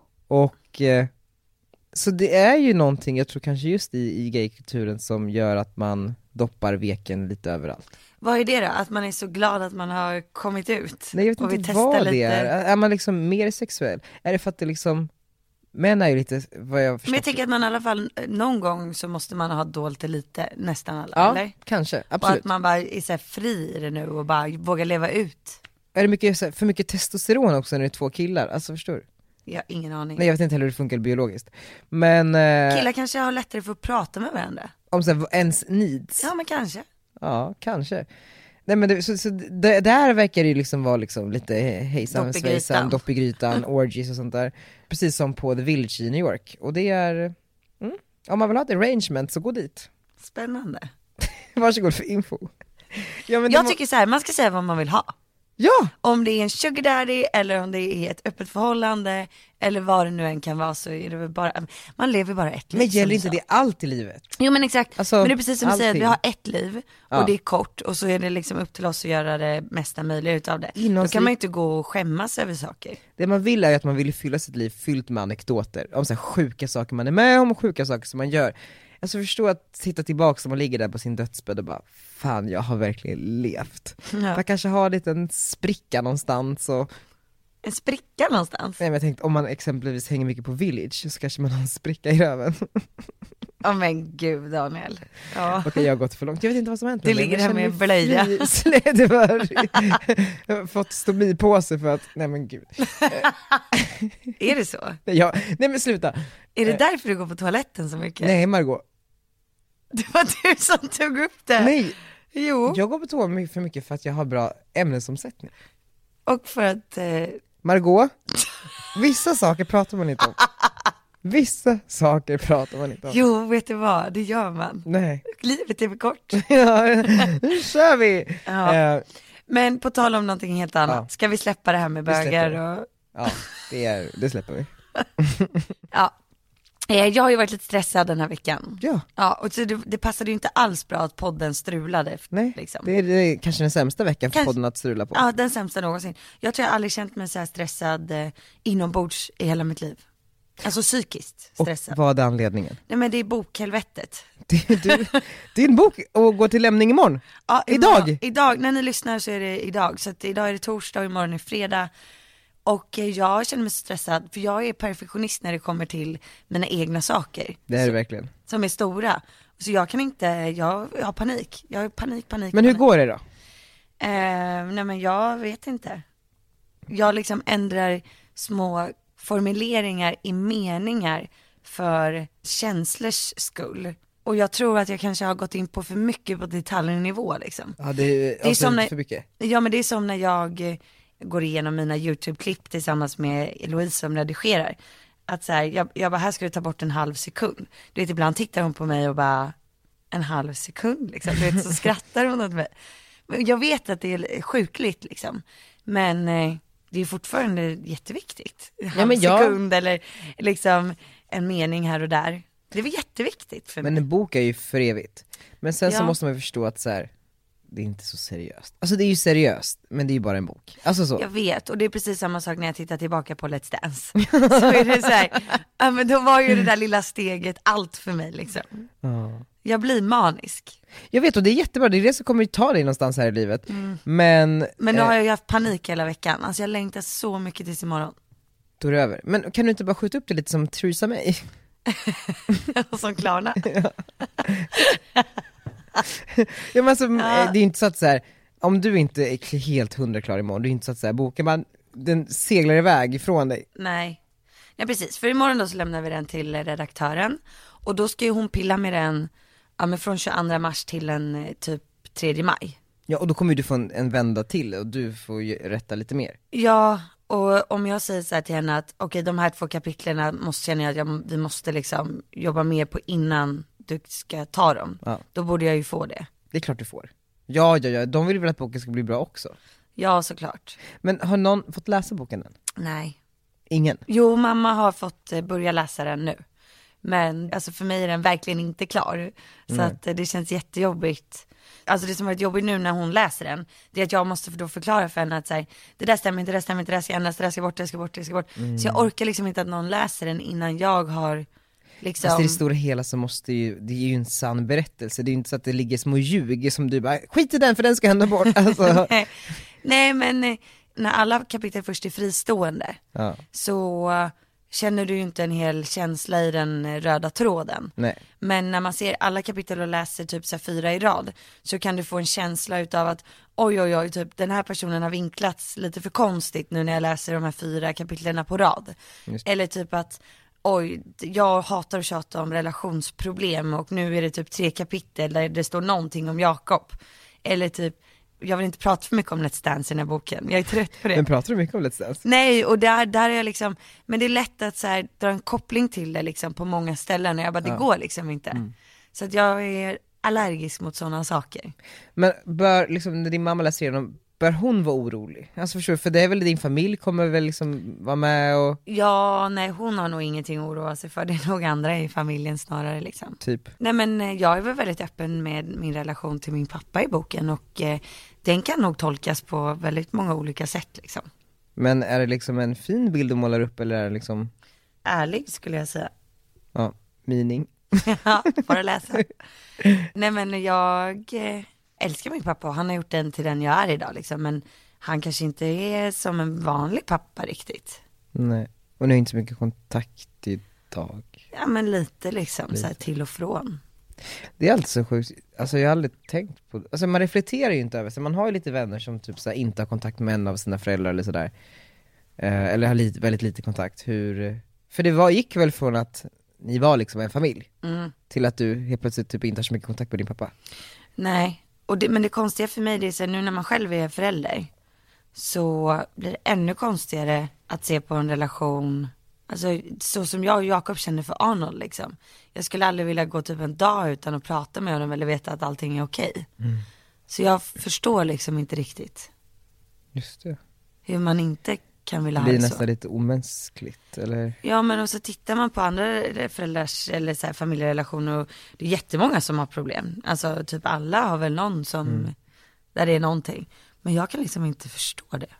Och eh, så det är ju någonting, jag tror kanske just i, i gaykulturen som gör att man doppar veken lite överallt. Vad är det då? Att man är så glad att man har kommit ut? Nej, jag vet och inte vad det är. Är man liksom mer sexuell? Är det för att det liksom, män är ju lite, vad jag förstår. Men jag tänker att man i alla fall, någon gång så måste man ha dolt det lite, nästan alla, ja, eller? Kanske, absolut. Och att man bara är så här fri i det nu och bara vågar leva ut. Är det mycket, så här, för mycket testosteron också när det är två killar? Alltså förstår du? Jag har ingen aning. Nej, jag vet inte heller hur det funkar biologiskt. Men eh, killar kanske har lättare för att prata med varandra. om så här, ens needs. Ja, men kanske. Ja, kanske. Nej men det, så, så det, där verkar det ju liksom vara liksom lite hejsan svejsan, dopp i grytan, orgies och sånt där. Precis som på The Village i New York. Och det är, mm, om man vill ha ett arrangement så gå dit. Spännande. Varsågod för info. Ja, men jag må- tycker så här, man ska säga vad man vill ha. Ja! Om det är en sugar daddy eller om det är ett öppet förhållande eller vad det nu än kan vara, så är det väl bara, man lever bara ett liv. Men gäller inte så. det allt i livet? Jo men exakt, Alltså, men det är precis som du säger, att vi allting. har ett liv och Ja. det är kort och så är det liksom upp till oss att göra det mesta möjliga utav det. Inom Då kan sig- man ju inte gå och skämmas över saker. Det man vill är att man vill fylla sitt liv fyllt med anekdoter om så här sjuka saker man är med om och sjuka saker som man gör. Alltså förstå att sitta tillbaka som man ligger där på sin dödsbädd och bara, fan jag har verkligen levt. Ja. Man kanske har en liten spricka någonstans och, En spricka någonstans. nej men jag tänkte om man exempelvis hänger mycket på Village så kanske man har en spricka i röven. Ja men gud Daniel. Ja. Okej, jag har gått för långt, jag vet inte vad som hänt Du med mig, ligger men jag här med känner mig blöja. fri. Slä- det var, jag har fått stomipåse för att, nej men gud. Är det så? Ja, nej men sluta. Är det därför du går på toaletten så mycket? Nej Margot, Det var du som tog upp det. nej. Jo. Jag går på toa mycket för mycket för att jag har bra ämnesomsättning. Och för att eh, Margot, vissa saker pratar man inte om. Vissa saker pratar man inte om. jo, vet du vad? Det gör man. Nej. Livet är för kort. Ja, nu kör vi! Ja. Eh, Men på tal om någonting helt annat, Ja. ska vi släppa det här med Vi släpper bögar det. och... ja, det, är, det släpper vi. Ja. Eh, Jag har ju varit lite stressad den här veckan. Ja, Ja, och så det, det passade ju inte alls bra att podden strulade. nej. Liksom. Det, är, det är kanske den sämsta veckan för Kanske- podden att strula på. Ja, den sämsta någonsin. Jag tror jag aldrig känt mig så här stressad eh, inombords i hela mitt liv. Alltså psykiskt Och stressad. vad är anledningen? Nej men det är bokhelvetet. Det, du, din bok och gå till lämning imorgon. Ja, Idag? imorgon- Idag, när ni lyssnar så är det idag. Så att idag är det torsdag och imorgon är fredag. Och eh, jag känner mig så stressad, för jag är perfektionist när det kommer till mina egna saker. Det är det verkligen. Som är stora. Så jag kan inte, jag, jag har panik. Jag har panik, panik, Men hur panik. går det då? Eh, nej men jag vet inte. Jag liksom ändrar små formuleringar i meningar för känslors skull. Och jag tror att jag kanske har gått in på för mycket på detaljnivå liksom. Ja, det är, Det är alltså, som när- för mycket. Ja men det är som när jag eh, går igenom mina YouTube-klipp tillsammans med Eloise som redigerar. Att så här, jag, jag bara, här ska du ta bort en halv sekund. Du vet, ibland tittar hon på mig och bara, en halv sekund liksom. Du vet, så skrattar hon åt mig. Men jag vet att det är sjukligt liksom. Men eh, det är fortfarande jätteviktigt. En halv men jag- sekund eller liksom en mening här och där. Det är väl jätteviktigt för mig. Men en bok är ju för evigt. Men sen så Ja. måste man ju förstå att så här, det är inte så seriöst. Alltså det är ju seriöst, men det är ju bara en bok. Alltså så. Jag vet, och det är precis samma sak när jag tittar tillbaka på Let's Dance. Så är det så här, ja men då var ju det där lilla steget allt för mig liksom. Ja. Jag blir manisk. Jag vet, och det är jättebra, det är det som kommer att ta dig någonstans här i livet. Men, Men nu eh, har jag ju haft panik hela veckan, alltså jag längtar så mycket tills imorgon. då är det över. Men kan du inte bara skjuta upp det lite som Theresa May? Som Klarna. Ja, men alltså, Ja. eh, det är inte så att så här, om du inte är helt hundra klar imorgon, det är inte så att så här, boken man, den seglar iväg ifrån dig. Nej. Ja precis, för imorgon då så lämnar vi den till redaktören. Och då ska ju hon pilla med den, ja men från tjugoandra mars till en eh, typ tredje maj. Ja, och då kommer du få en, en vända till och du får ju rätta lite mer. Ja, och om jag säger så här till henne att okej, de här två kapitlerna måste känna jag att jag, vi måste liksom jobba mer på innan du ska ta dem. Ja. Då borde jag ju få det. Det är klart du får. Ja, ja, ja, de vill väl att boken ska bli bra också. Ja, såklart. Men har någon fått läsa boken än? Nej. Ingen? Jo, mamma har fått börja läsa den nu. Men alltså för mig är den verkligen inte klar. Så mm. att det känns jättejobbigt. Alltså det som har varit jobbigt nu när hon läser den, det är att jag måste då förklara för henne att så här, det där stämmer inte, det där stämmer inte, det där ska ändras, det där ska bort, det där ska bort, det ska bort. Mm. Så jag orkar liksom inte att någon läser den innan jag har liksom... Fast i det stora hela så måste ju, det är ju en sann berättelse. Det är ju inte så att det ligger små ljug som du bara, skit i den för den ska ändå bort. Alltså. Nej. Nej, men när alla kapitel först är fristående ja. så känner du ju inte en hel känsla i den röda tråden. Nej. Men när man ser alla kapitel och läser typ så här fyra i rad så kan du få en känsla utav att oj oj oj, typ den här personen har vinklats lite för konstigt nu när jag läser de här fyra kapitlerna på rad. Eller typ att oj, jag hatar att tjata om relationsproblem och nu är det typ tre kapitel där det står någonting om Jakob. Eller typ, jag vill inte prata för mycket om Let's Dance i den här boken. Jag är trött på det. Men pratar du mycket om Let's Dance? Nej, och där, där är jag liksom, men det är lätt att så här, dra en koppling till det liksom på många ställen och jag bara, det ja. går liksom inte. Mm. Så att jag är allergisk mot sådana saker. Men bör, liksom, när din mamma läser igenom, bör hon vara orolig? Alltså förstår du, för det är väl din familj kommer väl liksom vara med och... Ja, nej hon har nog ingenting att oroa sig för. Det är nog andra i familjen snarare liksom. Typ? Nej men jag är väl väldigt öppen med min relation till min pappa i boken och eh, den kan nog tolkas på väldigt många olika sätt liksom. Men är det liksom en fin bild du målar upp eller är det liksom... Ärlig skulle jag säga. Ja, mening. Ja, bara läsa. Nej men jag... Eh... älskar min pappa och han har gjort den till den jag är idag liksom, men han kanske inte är som en vanlig pappa riktigt. Nej, och ni har inte så mycket kontakt idag. Ja men lite liksom, lite. Så här till och från. Det är alltid så sjukt, alltså jag har aldrig tänkt på, alltså man reflekterar ju inte över så man har ju lite vänner som typ så här, inte har kontakt med en av sina föräldrar eller sådär. Eh, eller har lite, väldigt lite kontakt, hur, för det var, gick väl från att ni var liksom en familj mm. till att du helt plötsligt typ inte har så mycket kontakt med din pappa. Nej. Och det, men det konstiga för mig det är så här, nu när man själv är förälder så blir det ännu konstigare att se på en relation, alltså så som jag och Jakob känner för Arnold liksom. Jag skulle aldrig vilja gå typ en dag utan att prata med honom eller veta att allting är okej. Mm. Så jag förstår liksom inte riktigt. Just det. Hur man inte kan vilja ha det det så. blir nästan lite omänskligt eller? Ja men och så tittar man på andra föräldrars eller så här familjerelationer och det är jättemånga som har problem. Alltså typ alla har väl någon som mm. där det är någonting. Men jag kan liksom inte förstå det.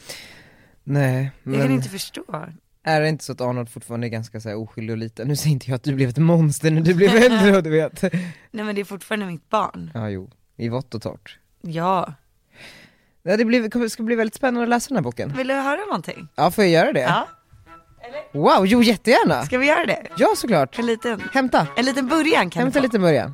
Nej. Men jag kan inte förstå. Är det inte så att Arnold fortfarande är ganska så här oskyldig och liten? Nu säger inte jag att du blev ett monster när du blev äldre och du vet. Nej men det är fortfarande mitt barn. Ja jo, i vått och torrt. Ja. Ja, det blir, ska bli väldigt spännande att läsa den här boken. Vill du höra någonting? Ja, får jag göra det? Ja. Eller? Wow, jo jättegärna. Ska vi göra det? Ja, såklart. En liten. Hämta. En liten början kan Hämta en liten början.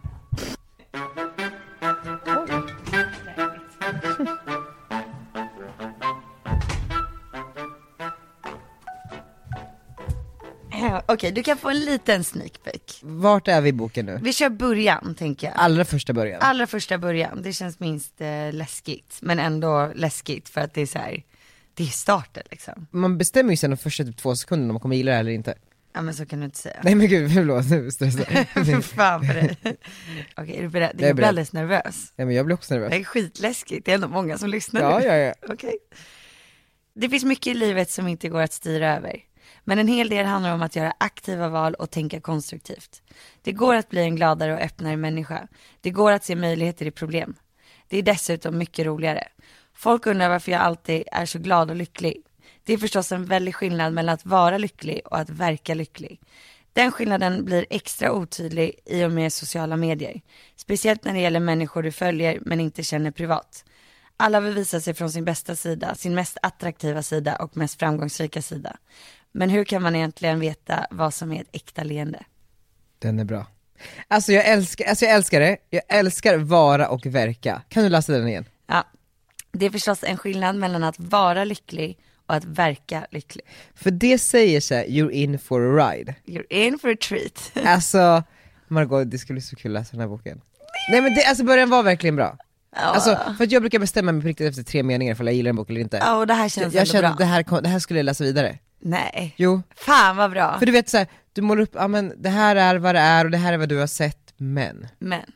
Okej, okay, du kan få en liten sneak peek. Vart är vi i boken nu? Vi kör början, tänker jag. Allra första början. Allra första början. Det känns minst eh, läskigt. Men ändå läskigt för att det är så här, det är starten liksom. Man bestämmer ju sen de första typ två sekunderna om man kommer gilla det eller inte. Ja men så kan du inte säga. Nej men gud, förlåt, nu stressar jag. Fan för dig. Okej, okay, är du beredd? Jag blir alldeles nervös. Ja men jag blir också nervös. Det är skitläskigt, det är ändå många som lyssnar. Ja, ja, ja. Okej. Okay. Det finns mycket i livet som inte går att styra över. Men en hel del handlar om att göra aktiva val och tänka konstruktivt. Det går att bli en gladare och öppnare människa. Det går att se möjligheter i problem. Det är dessutom mycket roligare. Folk undrar varför jag alltid är så glad och lycklig. Det är förstås en väldig skillnad mellan att vara lycklig och att verka lycklig. Den skillnaden blir extra otydlig i och med sociala medier. Speciellt när det gäller människor du följer men inte känner privat. Alla vill visa sig från sin bästa sida, sin mest attraktiva sida och mest framgångsrika sida. Men hur kan man egentligen veta vad som är ett äkta leende? Den är bra. Alltså jag älskar, alltså jag älskar det. Jag älskar vara och verka. Kan du läsa den igen? Ja, det är förstås en skillnad mellan att vara lycklig och att verka lycklig. För det säger så här, you're in for a ride. You're in for a treat. Alltså, Margot, det skulle bli så kul att läsa den här boken. Nej men det, alltså början var verkligen bra. Ja. Alltså, för att jag brukar bestämma mig på riktigt efter tre meningar för jag gillar en bok eller inte. Ja, och det här känns jag, jag kände bra. Det här, det här skulle jag läsa vidare. Nej. Jo. Fan vad bra. För du vet så här, du målar upp, ja men det här är vad det är och det här är vad du har sett, men. Men.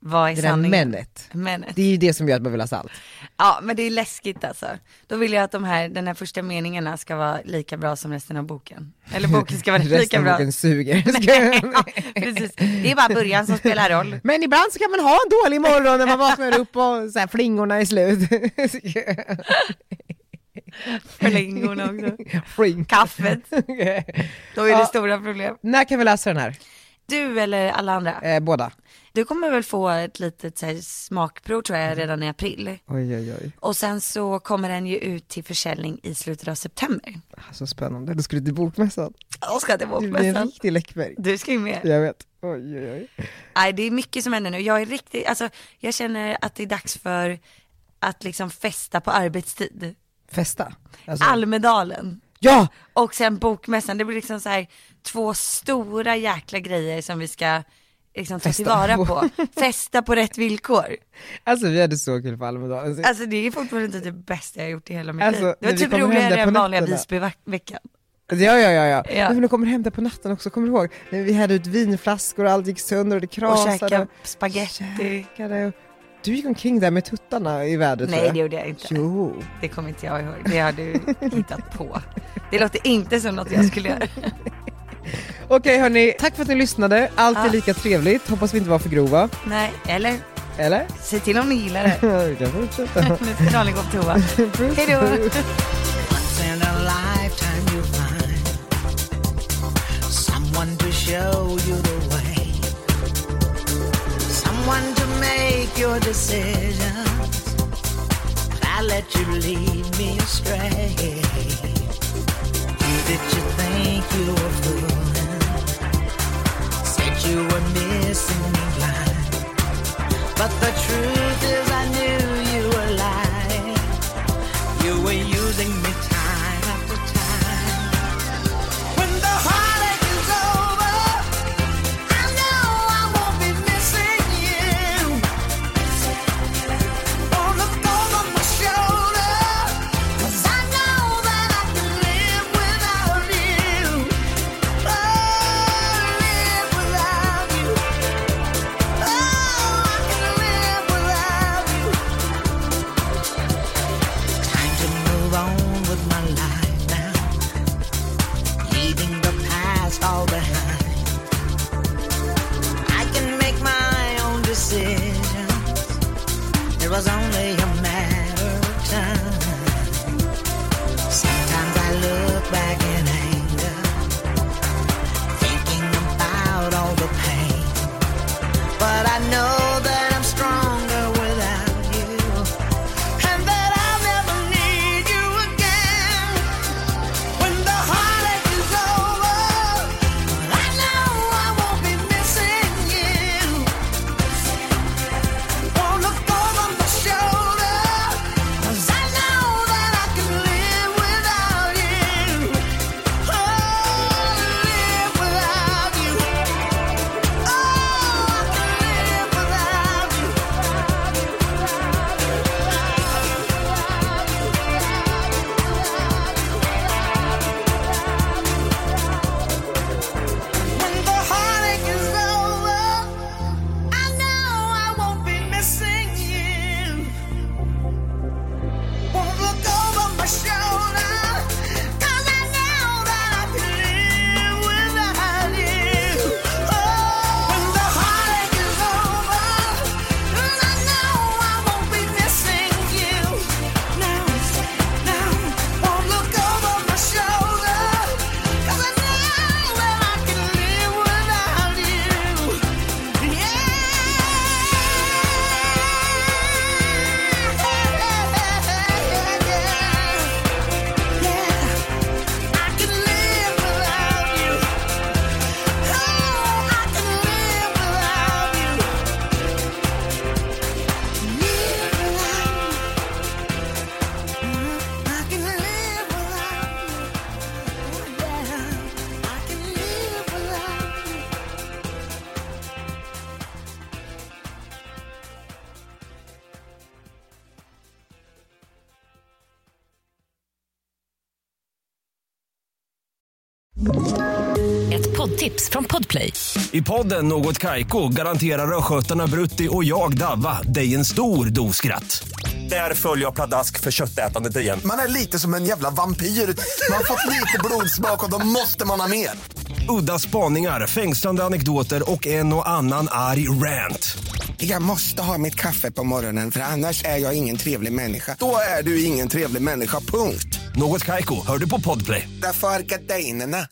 Vad är Det där sanningen? männet. Männet. Det är ju det som gör att man vill ha salt. Ja, men det är läskigt alltså. Då vill jag att de här, den här första meningarna ska vara lika bra som resten av boken. Eller boken ska vara lika Resten bra. av boken suger. Ja, precis. Det är bara början som spelar roll. Men ibland så kan man ha en dålig morgon när man vaknar upp och så här, flingorna är slut. Flingorna också. Fling. Kaffet. Då är det Ja. stora problem. När kan vi läsa den här? Du eller alla andra? Eh, båda. Du kommer väl få ett litet så här, smakprov tror jag redan i april. Oj, oj, oj. Och sen så kommer den ju ut till försäljning i slutet av september. Så spännande. Då ska du till bokmässan. Jag ska till Du blir en bokmässan. riktig Läckberg. Du ska ju med. Jag vet. Oj, oj, oj. Nej, det är mycket som händer nu. Jag är riktigt, alltså jag känner att det är dags för att liksom festa på arbetstid. Festa. Alltså. Almedalen. Ja! Och sen bokmässan. Det blir liksom så här två stora jäkla grejer som vi ska liksom ta Festa tillvara på. på. Festa på rätt villkor. Alltså vi hade så kul på Almedalen. Alltså det är fortfarande inte det bästa jag har gjort i hela mitt Alltså, liv. Det när var vi typ kommer hem där roligare på än vanliga nätterna. Visbyveckan. Ja, ja, ja, ja. Ja. ja. Men de kommer hem där på natten också, kommer du ihåg? När vi hade ut vinflaskor och allt gick sönder och det Och krasade. käka spaghetti. Käkade och... Du gick omkring där med tuttarna i vädret. tror Nej jag. det gjorde jag inte. Jo. Det kommer inte jag ihåg. Det har du hittat på. Det låter inte som något jag skulle göra. Okej hörni, tack för att ni lyssnade. Allt är Ja. lika trevligt. Hoppas vi inte var för grova. Nej, eller Eller? se till om ni gillar det. Vi kan fortsätta. Nu ska Daniel gå på toa. Puss. Hej då. Once in a lifetime you find someone to show you the way, someone to make your decisions, but I let you lead me astray. Who did you think you were fooling? Said you were missing me blind, but the truth is I knew you were lying. You were using me time after time. When the heartache is over, I know I won't be missing you. Oh, look over my shoulder, 'cause I know that I can live without you. Oh, live without you. Oh, I can live without you. Time to move on with my life now, leaving the past all behind. I can make my own decisions. It was only a matter of time. Sometimes I look back in anger, thinking about all the pain, but I know that I'm stronger without you, and that I'll never need you again. When the heartache is over, I know I won't be missing you. Oh, look over my shoulder, poddtips från Podplay. I podden Något Kaiko garanterar röskötarna Brutti och jag Davva dig en stor dos skratt. Där följer jag pladask för köttätandet igen. Man är lite som en jävla vampyr. Man har fått lite blodsmak och då måste man ha mer. Udda spaningar, fängslande anekdoter och en och annan arg rant. Jag måste ha mitt kaffe på morgonen, för annars är jag ingen trevlig människa. Då är du ingen trevlig människa, punkt. Något Kaiko, hör du på Podplay. Därför är gardinerna.